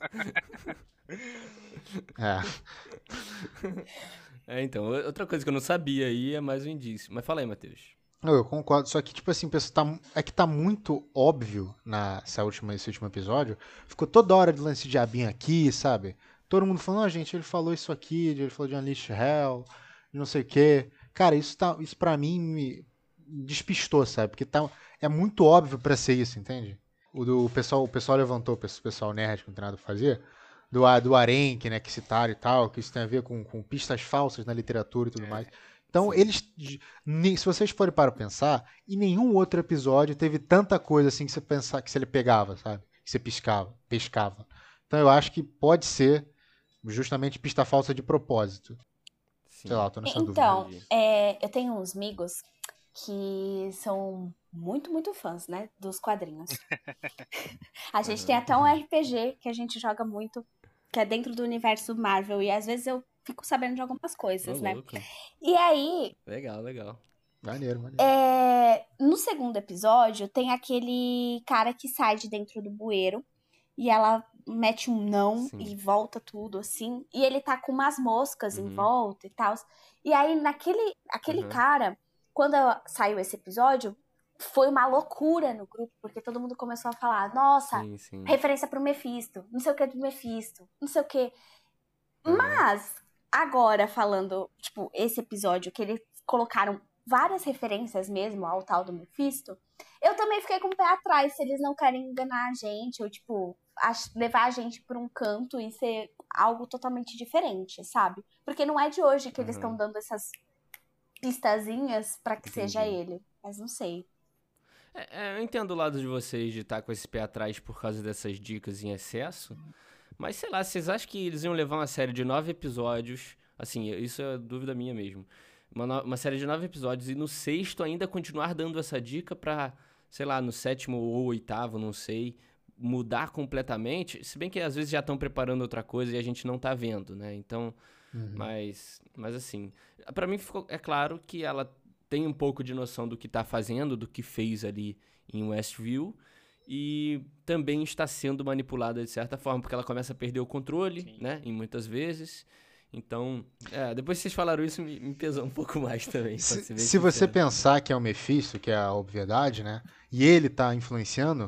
É. É, então, o- outra coisa que eu não sabia aí é mais um indício. Mas fala aí, Matheus. Não, eu concordo, só que, tipo assim, pensa, tá, é que tá muito óbvio nessa última, nesse último episódio. Ficou toda hora de lance de diabinho aqui, sabe? Todo mundo falando, ah, gente, ele falou isso aqui, ele falou de Unleash Hell, de não sei o quê. Cara, isso, tá, isso pra mim me despistou, sabe? Porque tá, é muito óbvio pra ser isso, entende? O, do, o, pessoal, o pessoal levantou, o pessoal nerd que não tem nada pra fazer, do, do Arenque, né, que citaram e tal, que isso tem a ver com, com pistas falsas na literatura e tudo É. mais. Então, Sim. eles, ni- se vocês forem para pensar, em nenhum outro episódio teve tanta coisa assim que você pensar que se ele pegava, sabe? Que você piscava, pescava. Então, eu acho que pode ser justamente pista falsa de propósito. Sim. Sei lá, eu tô nessa dúvida. Então, Entendi. é, eu tenho uns amigos que são muito, muito fãs, né, dos quadrinhos. A gente Aham. tem até um R P G que a gente joga muito, que é dentro do universo Marvel, e às vezes eu fico sabendo de algumas Ô, coisas, né? louco. E aí, Legal, legal. Maneiro, maneiro. é, no segundo episódio, tem aquele cara que sai de dentro do bueiro e ela mete um não Sim. e volta tudo, assim. E ele tá com umas moscas em Uhum. volta e tal. E aí, naquele aquele Uhum. cara, quando saiu esse episódio, foi uma loucura no grupo, porque todo mundo começou a falar, nossa, Sim, sim. referência pro Mephisto, não sei o que do Mephisto, não sei o que. Aham. Mas, agora falando, tipo, esse episódio que eles colocaram várias referências mesmo ao tal do Mephisto, eu também fiquei com o pé atrás se eles não querem enganar a gente, ou, tipo, ach- levar a gente por um canto e ser algo totalmente diferente, sabe? Porque não é de hoje que eles Aham. estão dando essas pistazinhas pra que seja Entendi. ele. Mas não sei. É, é, eu entendo o lado de vocês de estar com esse pé atrás por causa dessas dicas em excesso. Mas sei lá, vocês acham que eles iam levar uma série de nove episódios? Assim, isso é dúvida minha mesmo. Uma, no- uma série de nove episódios e no sexto ainda continuar dando essa dica pra, sei lá, no sétimo ou oitavo, não sei, mudar completamente. Se bem que às vezes já estão preparando outra coisa e a gente não tá vendo, né? Então, Uhum. mas, mas assim, pra mim ficou, é claro que ela tem um pouco de noção do que tá fazendo, do que fez ali em Westview e também está sendo manipulada de certa forma, porque ela começa a perder o controle, Sim. né, em muitas vezes. Então, é, depois que vocês falaram isso, me, me pesou um pouco mais também, pra Se, ser bem se você sincero. pensar que é o Mephisto, que é a obviedade, né? E ele tá influenciando,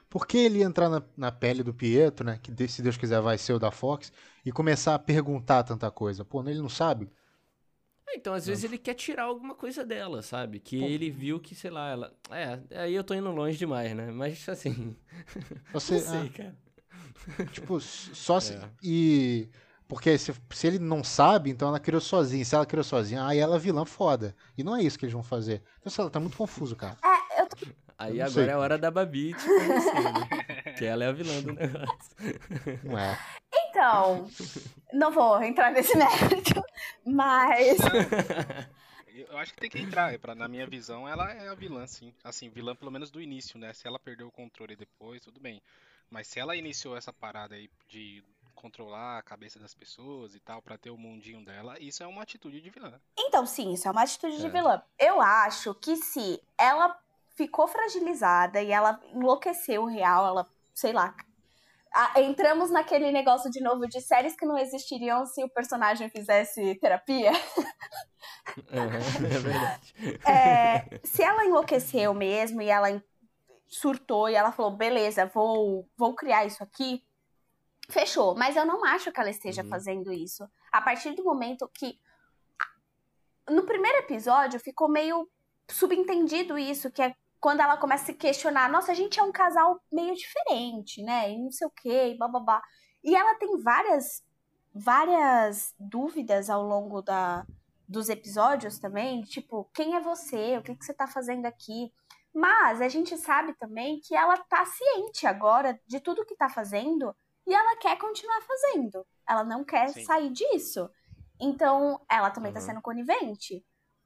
Por que ele entrar na, na pele do Pietro, né? Que se Deus quiser vai ser o da Fox, e começar a perguntar tanta coisa? Pô, ele não sabe? Então, às vezes ele quer tirar alguma coisa dela, sabe? Que Pô. ele viu que, sei lá, ela... É, aí eu tô indo longe demais, né? Mas, assim... Você, não sei, ah, cara. Tipo, só se... É. E... Porque se, se ele não sabe, então ela criou sozinha. Se ela criou sozinha, aí ela é vilã foda. E não é isso que eles vão fazer. Então, sei lá, tá muito confuso, cara. É, eu tô... Aí eu agora sei, é a hora da Babi te conhecer, né? Que ela é a vilã do negócio. Não é. Então, não vou entrar nesse mérito, mas... Eu acho que tem que entrar. Pra, na minha visão, ela é a vilã, sim. Assim, vilã pelo menos do início, né? Se ela perdeu o controle depois, tudo bem. Mas se ela iniciou essa parada aí de controlar a cabeça das pessoas e tal, pra ter o mundinho dela, isso é uma atitude de vilã. Então, sim, isso é uma atitude É. de vilã. Eu acho que se ela ficou fragilizada e ela enlouqueceu real, ela, sei lá... Ah, entramos naquele negócio de novo de séries que não existiriam se o personagem fizesse terapia. Uhum, é verdade. É, se ela enlouqueceu mesmo e ela surtou e ela falou, beleza, vou, vou criar isso aqui, fechou. Mas eu não acho que ela esteja Uhum. fazendo isso. A partir do momento que... No primeiro episódio ficou meio subentendido isso, que é quando ela começa a se questionar, nossa, a gente é um casal meio diferente, né? E não sei o quê, e bababá. E ela tem várias, várias dúvidas ao longo da, dos episódios também, tipo, quem é você? O que, que você tá fazendo aqui? Mas a gente sabe também que ela tá ciente agora de tudo que tá fazendo e ela quer continuar fazendo. Ela não quer Sim. sair disso. Então, ela também tá Uhum. sendo conivente.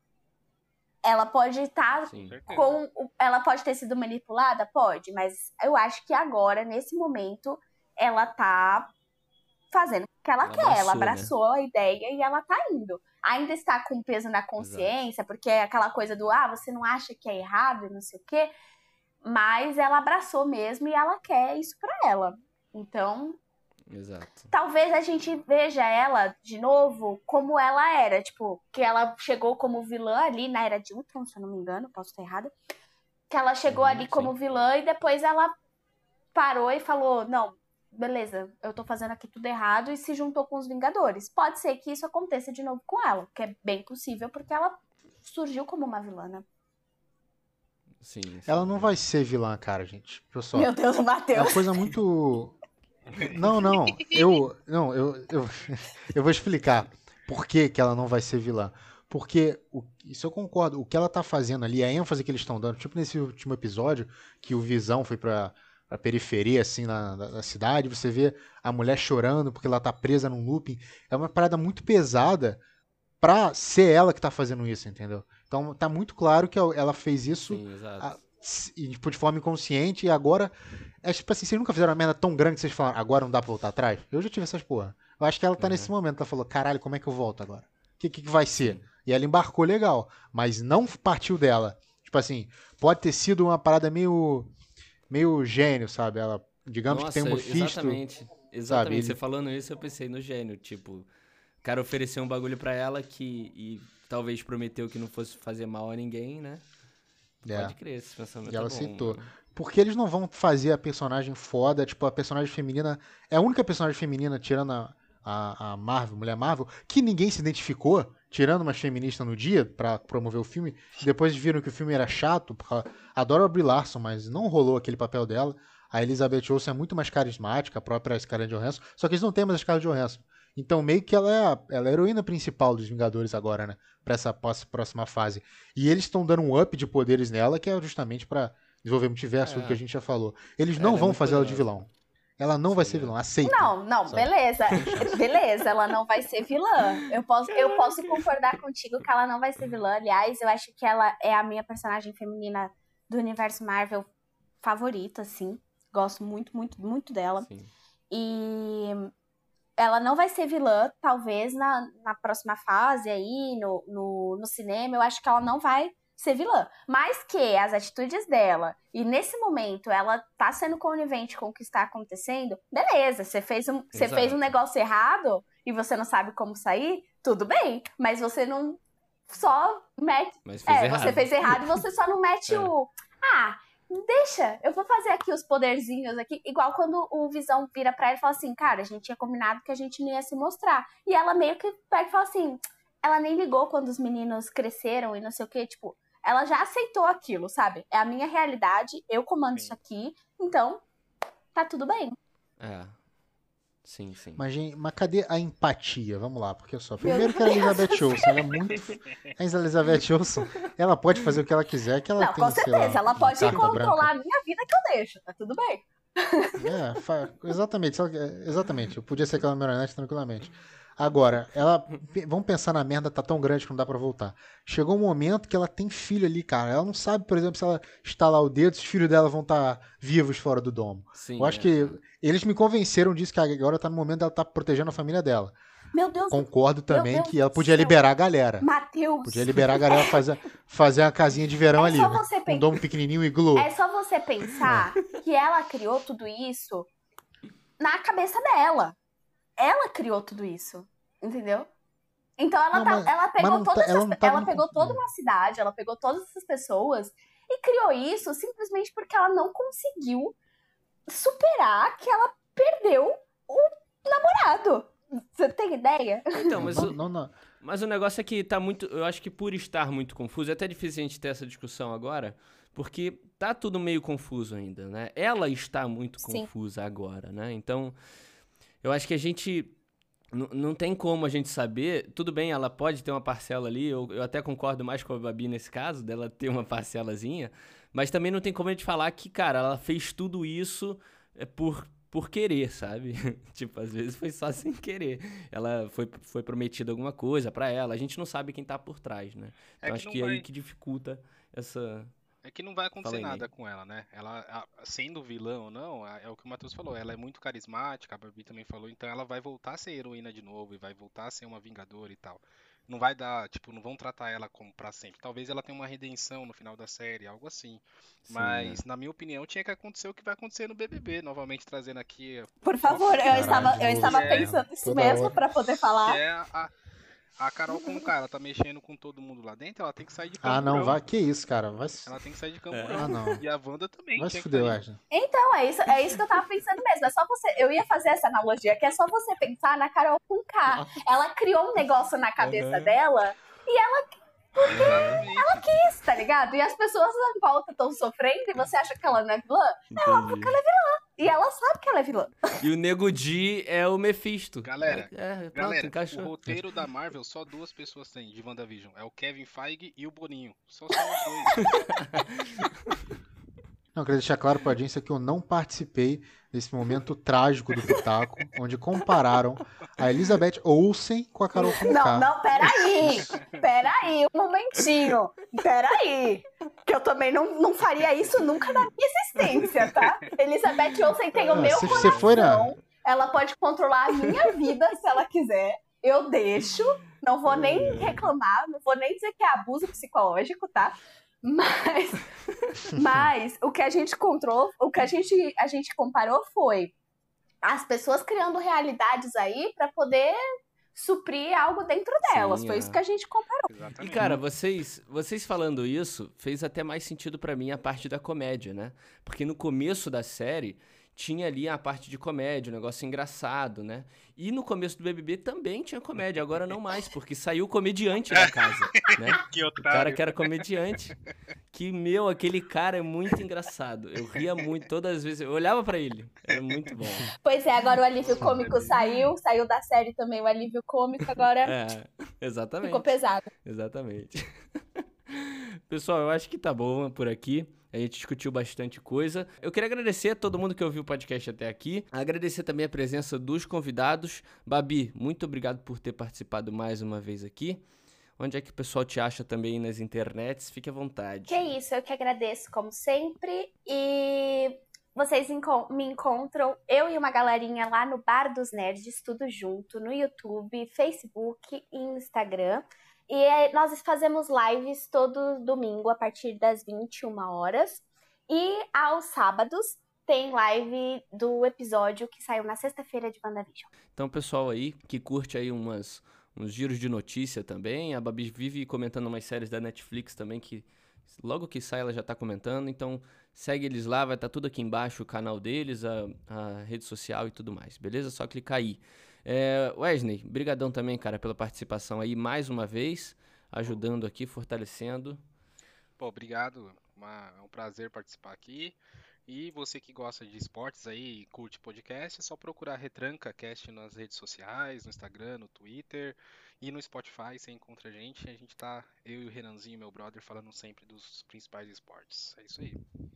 Ela pode estar Sim. com... Ela pode ter sido manipulada? Pode, mas eu acho que agora, nesse momento, ela tá fazendo o que ela, Ela quer. abraçou, Ela abraçou a ideia e ela tá indo. Ainda está com peso na consciência, porque é aquela coisa do, ah, você não acha que é errado e não sei o quê. Mas ela abraçou mesmo e ela quer isso pra ela. Então, Exato. talvez a gente veja ela de novo como ela era. Tipo, que ela chegou como vilã ali na Era de Ultron, se eu não me engano, posso estar errada. Que ela chegou Uhum, ali como sim. vilã e depois ela parou e falou, não, beleza, eu tô fazendo aqui tudo errado, e se juntou com os Vingadores. Pode ser que isso aconteça de novo com ela, que é bem possível, porque ela surgiu como uma vilã, né? Sim, sim. Ela não vai ser vilã, cara, gente. Pessoal, Meu Deus, é uma Matheus. coisa muito... Não, não, eu, não, eu, eu, eu vou explicar por que, que ela não vai ser vilã. Porque, o, isso eu concordo, o que ela tá fazendo ali, a ênfase que eles estão dando, tipo nesse último episódio, que o Visão foi pra, pra periferia, assim, na, na, na cidade, você vê a mulher chorando porque ela tá presa num looping, é uma parada muito pesada pra ser ela que tá fazendo isso, entendeu? Então tá muito claro que ela fez isso Sim, exato. a, e, tipo, de forma inconsciente, e agora... É tipo assim, vocês nunca fizeram uma merda tão grande que vocês falaram, agora não dá pra voltar atrás? Eu já tive essas porra. Eu acho que ela tá Uhum. nesse momento, ela falou, caralho, como é que eu volto agora? O que, que que vai ser? Sim. E ela embarcou legal, mas não partiu dela. Tipo assim, pode ter sido uma parada meio meio gênio, sabe? Ela, digamos Nossa, que tem um Mephisto, exatamente. Exatamente. sabe? Ele- Você falando isso, eu pensei no gênio. Tipo, o cara ofereceu um bagulho pra ela que... E talvez prometeu que não fosse fazer mal a ninguém, né? É. Pode crer, esse pensamento E ela é bom, aceitou. mano. Porque eles não vão fazer a personagem foda, tipo, a personagem feminina. É a única personagem feminina, tirando a, a, a Marvel, Mulher Marvel, que ninguém se identificou, tirando uma feminista no dia, pra promover o filme. Depois viram que o filme era chato, porque ela adora a Brie Larson, mas não rolou aquele papel dela. A Elizabeth Olsen é muito mais carismática, a própria Scarlett Johansson, só que eles não têm mais a Scarlett Johansson. Então, meio que ela é a, ela é a heroína principal dos Vingadores agora, né? Pra essa pós- próxima fase. E eles estão dando um up de poderes nela, que é justamente pra desenvolver multiverso, É. tudo que a gente já falou. Eles É, não ela é vão muito fazer ela de poderosa. vilão. Ela não vai Sim, ser é. vilão, aceita. Não, não, sabe? beleza. Beleza, ela não vai ser vilã. Eu posso, eu posso concordar contigo que ela não vai ser vilã. Aliás, eu acho que ela é a minha personagem feminina do universo Marvel favorita, assim. Gosto muito, muito, muito dela. Sim. E ela não vai ser vilã, talvez, na, na próxima fase aí, no, no, no cinema. Eu acho que ela não vai ser vilã. Mas que as atitudes dela, e nesse momento ela tá sendo conivente com o que está acontecendo, beleza, você fez um, você Exato. fez um negócio errado e você não sabe como sair, tudo bem. Mas você não só mete... Mas fez É, errado. você fez errado e você só não mete É. o... Ah, deixa, eu vou fazer aqui os poderzinhos aqui. Igual quando o Visão vira pra ela e fala assim, cara, a gente tinha combinado que a gente não ia se mostrar. E ela meio que pega e fala assim, ela nem ligou quando os meninos cresceram e não sei o que, tipo, ela já aceitou aquilo, sabe? É a minha realidade, eu comando Sim. isso aqui, então tá tudo bem. É. Sim, sim. Mas, gente, mas cadê a empatia? Vamos lá, porque só. Meu Primeiro que a Elizabeth Olsen, ela é muito. A Elizabeth Olsen, ela pode fazer o que ela quiser, que ela Não, tem, com sei certeza, lá, ela pode carta controlar branca. a minha vida que eu deixo, tá tudo bem. É, fa- exatamente, se ela- é, exatamente. Eu podia ser aquela marionete tranquilamente. Agora, ela. pe- Vamos pensar na merda, tá tão grande que não dá pra voltar. Chegou um momento que ela tem filho ali, cara. Ela não sabe, por exemplo, se ela estalar o dedo, se os filhos dela vão estar vivos fora do domo. Sim, Eu acho é, que é. eles me convenceram disso, que agora tá no momento dela tá protegendo a família dela. Meu Deus, Concordo também Deus que ela do podia céu. liberar a galera. Matheus, Podia liberar a galera fazer, fazer uma casinha de verão É ali, só né? você Um pensar. domo pequenininho, iglu. é só você pensar que ela criou tudo isso na cabeça dela. Ela criou tudo isso, entendeu? Então ela, Não, tá- mas- ela pegou mas não tá- todas ela essas- não tá ela no- pegou toda é. uma cidade, ela pegou todas essas pessoas e criou isso simplesmente porque ela não conseguiu superar que ela perdeu o namorado. Você tem ideia? Então, mas, não, o, não, não. mas o negócio é que tá muito. Eu acho que por estar muito confuso, é até difícil a gente ter essa discussão agora, porque tá tudo meio confuso ainda, né? Ela está muito Sim. confusa agora, né? Então, eu acho que a gente. n- Não tem como a gente saber. Tudo bem, ela pode ter uma parcela ali. Eu, eu até concordo mais com a Babi nesse caso, dela ter uma parcelazinha. Mas também não tem como a gente falar que, cara, ela fez tudo isso é, por, por querer, sabe? Tipo, às vezes foi só sem querer. Ela foi, foi prometida alguma coisa pra ela. A gente não sabe quem tá por trás, né? É Então que acho não que é aí vai- que dificulta essa. É que não vai acontecer Fala aí, nada Ney. com ela, né? Ela, a- sendo vilã ou não, a- é o que o Matheus falou. Ela é muito carismática, a Barbie também falou, então ela vai voltar a ser heroína de novo e vai voltar a ser uma vingadora e tal. Não vai dar, tipo, não vão tratar ela como pra sempre. Talvez ela tenha uma redenção no final da série, algo assim. Sim, Mas, na minha opinião, tinha que acontecer o que vai acontecer no B B B, novamente trazendo aqui Por favor, eu Caralho, estava, de eu novo, estava é, pensando isso toda mesmo hora. pra poder que falar. é a, a Carol com o cara, ela tá mexendo com todo mundo lá dentro, ela tem que sair de Ah, camburão. não, vai. Que isso, cara? Vai se, Ela tem que sair de É. camburão. Ah, não. E a Wanda também vai se tinha que fuder, sair. Wesley. Então, é isso, é isso que eu tava pensando mesmo. É só você. Eu ia fazer essa analogia, que é só você pensar na Carol com K. Ela criou um negócio na cabeça Uhum. dela e ela Exatamente. quis, tá ligado? E as pessoas à volta estão sofrendo e você acha que ela não é vilã? É óbvio que ela é vilã. E ela sabe que ela é vilã. E o Nego Di é o Mephisto. Galera, É, é, pronto, Galera, encaixou. o roteiro da Marvel só duas pessoas têm de WandaVision. É o Kevin Feige e o Boninho. Só são os dois. Não, queria deixar claro pra audiência que eu não participei desse momento trágico do Pitaco, onde compararam a Elizabeth Olsen com a Carol Não, Conká. não, peraí. Peraí, um momentinho. Peraí. Que eu também não, não faria isso nunca na minha existência, tá? Elizabeth Olsen tem o Ah, meu você- coração. você foi na- Ela pode controlar a minha vida se ela quiser. Eu deixo. Não vou nem reclamar. Não vou nem dizer que é abuso psicológico, tá? Mas, mas o que a gente encontrou, o que a gente, a gente comparou foi as pessoas criando realidades aí pra poder suprir algo dentro delas. Sim, Foi é. isso que a gente comparou. E, Exatamente. cara, vocês, vocês falando isso fez até mais sentido pra mim a parte da comédia, né? Porque no começo da série tinha ali a parte de comédia, um negócio engraçado, né? E no começo do B B B também tinha comédia, agora não mais, porque saiu o comediante da casa, né? Que O otário. cara que era comediante. Que, meu, aquele cara é muito engraçado. Eu ria muito todas as vezes. Eu olhava pra ele. Era muito bom. Pois é, agora o alívio cômico saiu, saiu da série também o alívio cômico, agora É, exatamente. ficou pesado. Exatamente. Pessoal, eu acho que tá bom por aqui. A gente discutiu bastante coisa. Eu queria agradecer a todo mundo que ouviu o podcast até aqui. Agradecer também a presença dos convidados. Babi, muito obrigado por ter participado mais uma vez aqui. Onde é que o pessoal te acha também nas internets? Fique à vontade. Que isso, eu que agradeço como sempre. E vocês enco- me encontram, eu e uma galerinha lá no Bar dos Nerds, tudo junto, no YouTube, Facebook e Instagram. E é, nós fazemos lives todo domingo a partir das vinte e uma horas. E aos sábados tem live do episódio que saiu na sexta-feira de WandaVision. Então, pessoal aí que curte aí umas, uns giros de notícia também. A Babi vive comentando umas séries da Netflix também que Logo que sai, ela já tá comentando. Então, segue eles lá, vai estar tudo aqui embaixo, o canal deles, a, a rede social e tudo mais, beleza? Só clicar aí. É, Wesley, brigadão também, cara, pela participação aí mais uma vez, ajudando aqui, fortalecendo. Pô, obrigado. Uma, é um prazer participar aqui. E você que gosta de esportes aí e curte podcast, é só procurar Retranca Cast nas redes sociais, no Instagram, no Twitter e no Spotify, você encontra a gente. A gente tá, eu e o Renanzinho, meu brother, falando sempre dos principais esportes. É isso aí.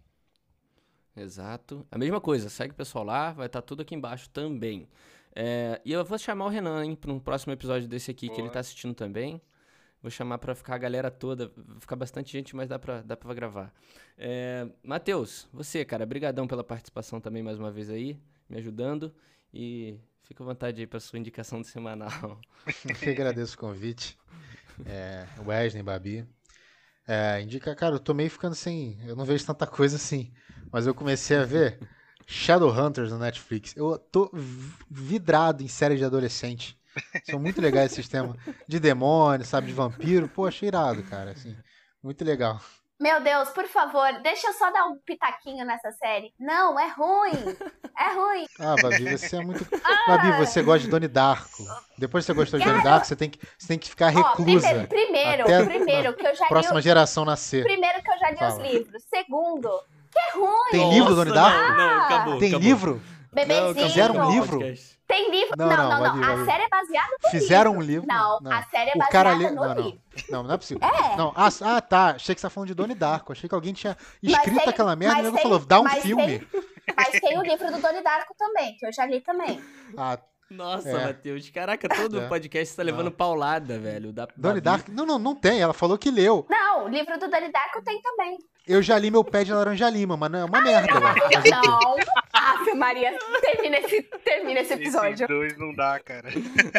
Exato. A mesma coisa, segue o pessoal lá, vai estar tudo aqui embaixo também. É, e eu vou chamar o Renan, hein, para um próximo episódio desse aqui, Boa. que ele tá assistindo também. Vou chamar pra ficar a galera toda, vai ficar bastante gente, mas dá pra, dá pra gravar. É, Matheus, você, cara, brigadão pela participação também mais uma vez aí, me ajudando. E fica à vontade aí pra sua indicação de semanal. Eu que agradeço o convite. É, Wesley, Babi. É, indica, cara, eu tô meio ficando sem. Eu não vejo tanta coisa assim. Mas eu comecei a ver Shadowhunters no Netflix. Eu tô vidrado em séries de adolescente. São muito legais esses temas. De demônio, sabe? De vampiro. Pô, achei irado, cara. Assim, muito legal. Meu Deus, por favor, deixa eu só dar um pitaquinho nessa série. Não, é ruim. É ruim. Ah, Babi, você é muito. Babi, você gosta de Donnie Darko. Depois que você gostou de Donnie Darko, você tem que, você tem que ficar reclusa. Ó, primeiro, primeiro, até primeiro que eu já li. Próxima geração nascer. Primeiro que eu já li Fala. os livros. Segundo, que é ruim. Tem livro do Donnie Darko? Não, não, acabou. Tem acabou. livro? Bebezinho. acabou Fizeram um o livro? podcast. Tem livro? Não, Não, não, não, não. Babi, A Babi. série é baseada no Fizeram livro. um livro? Não, Não. a série é O baseada cara ali. no Não, não. livro. Não, não é possível. É. Não, ah, ah, tá. Achei que você tá falando de Donnie Darko. Achei que alguém tinha Mas escrito tem- aquela merda e mas o nego tem- falou, dá um mas filme. tem- Mas tem o livro do Donnie Darko também, que eu já li também. Ah, Nossa, É. Matheus. Caraca, todo É. podcast tá levando Não. paulada, velho. Da, Donnie Babi. Darko. Não, não, não tem. Ela falou que leu. Não, o livro do Donnie Darko tem também. Eu já li meu pé de laranja lima, mas não é uma merda, velho. Não. Ave Maria, termina esse, termina esse episódio. Esses dois não dá, cara.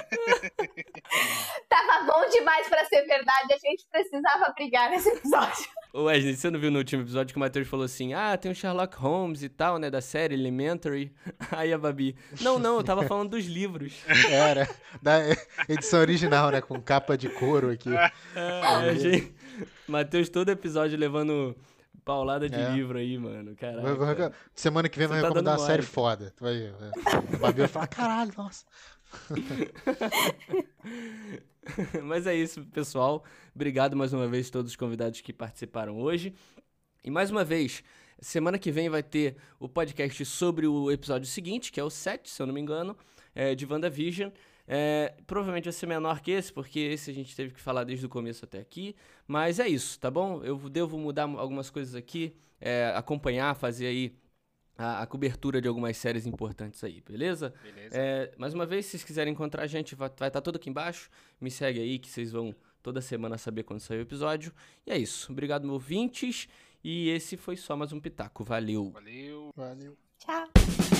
Tava bom demais pra ser verdade, a gente precisava brigar nesse episódio. Ô Wesley, você não viu no último episódio que o Matheus falou assim, ah, tem o Sherlock Holmes e tal, né, da série Elementary. Aí a Babi, não, não, eu tava falando dos livros. Era. Da edição original, né? Com capa de couro aqui. É, gente, Matheus todo episódio levando paulada de É. livro aí, mano, Vou- vou- caraca. Semana que vem Você vai tá recomendar uma dando série mole. foda. Tu vai ver. O Babi vai falar, caralho, nossa. Mas é isso, pessoal. Obrigado mais uma vez a todos os convidados que participaram hoje. E mais uma vez, semana que vem vai ter o podcast sobre o episódio seguinte, que é o sete, se eu não me engano, é, de WandaVision. É, provavelmente vai ser menor que esse, porque esse a gente teve que falar desde o começo até aqui. Mas é isso, tá bom? Eu devo mudar algumas coisas aqui, é, acompanhar, fazer aí a, a cobertura de algumas séries importantes aí, beleza? Beleza. É, mais uma vez, se vocês quiserem encontrar a gente, vai estar tudo aqui embaixo. Me segue aí que vocês vão toda semana saber quando sair o episódio. E é isso. Obrigado, meus ouvintes. E esse foi só mais um Pitaco. Valeu! Valeu. Valeu. Tchau.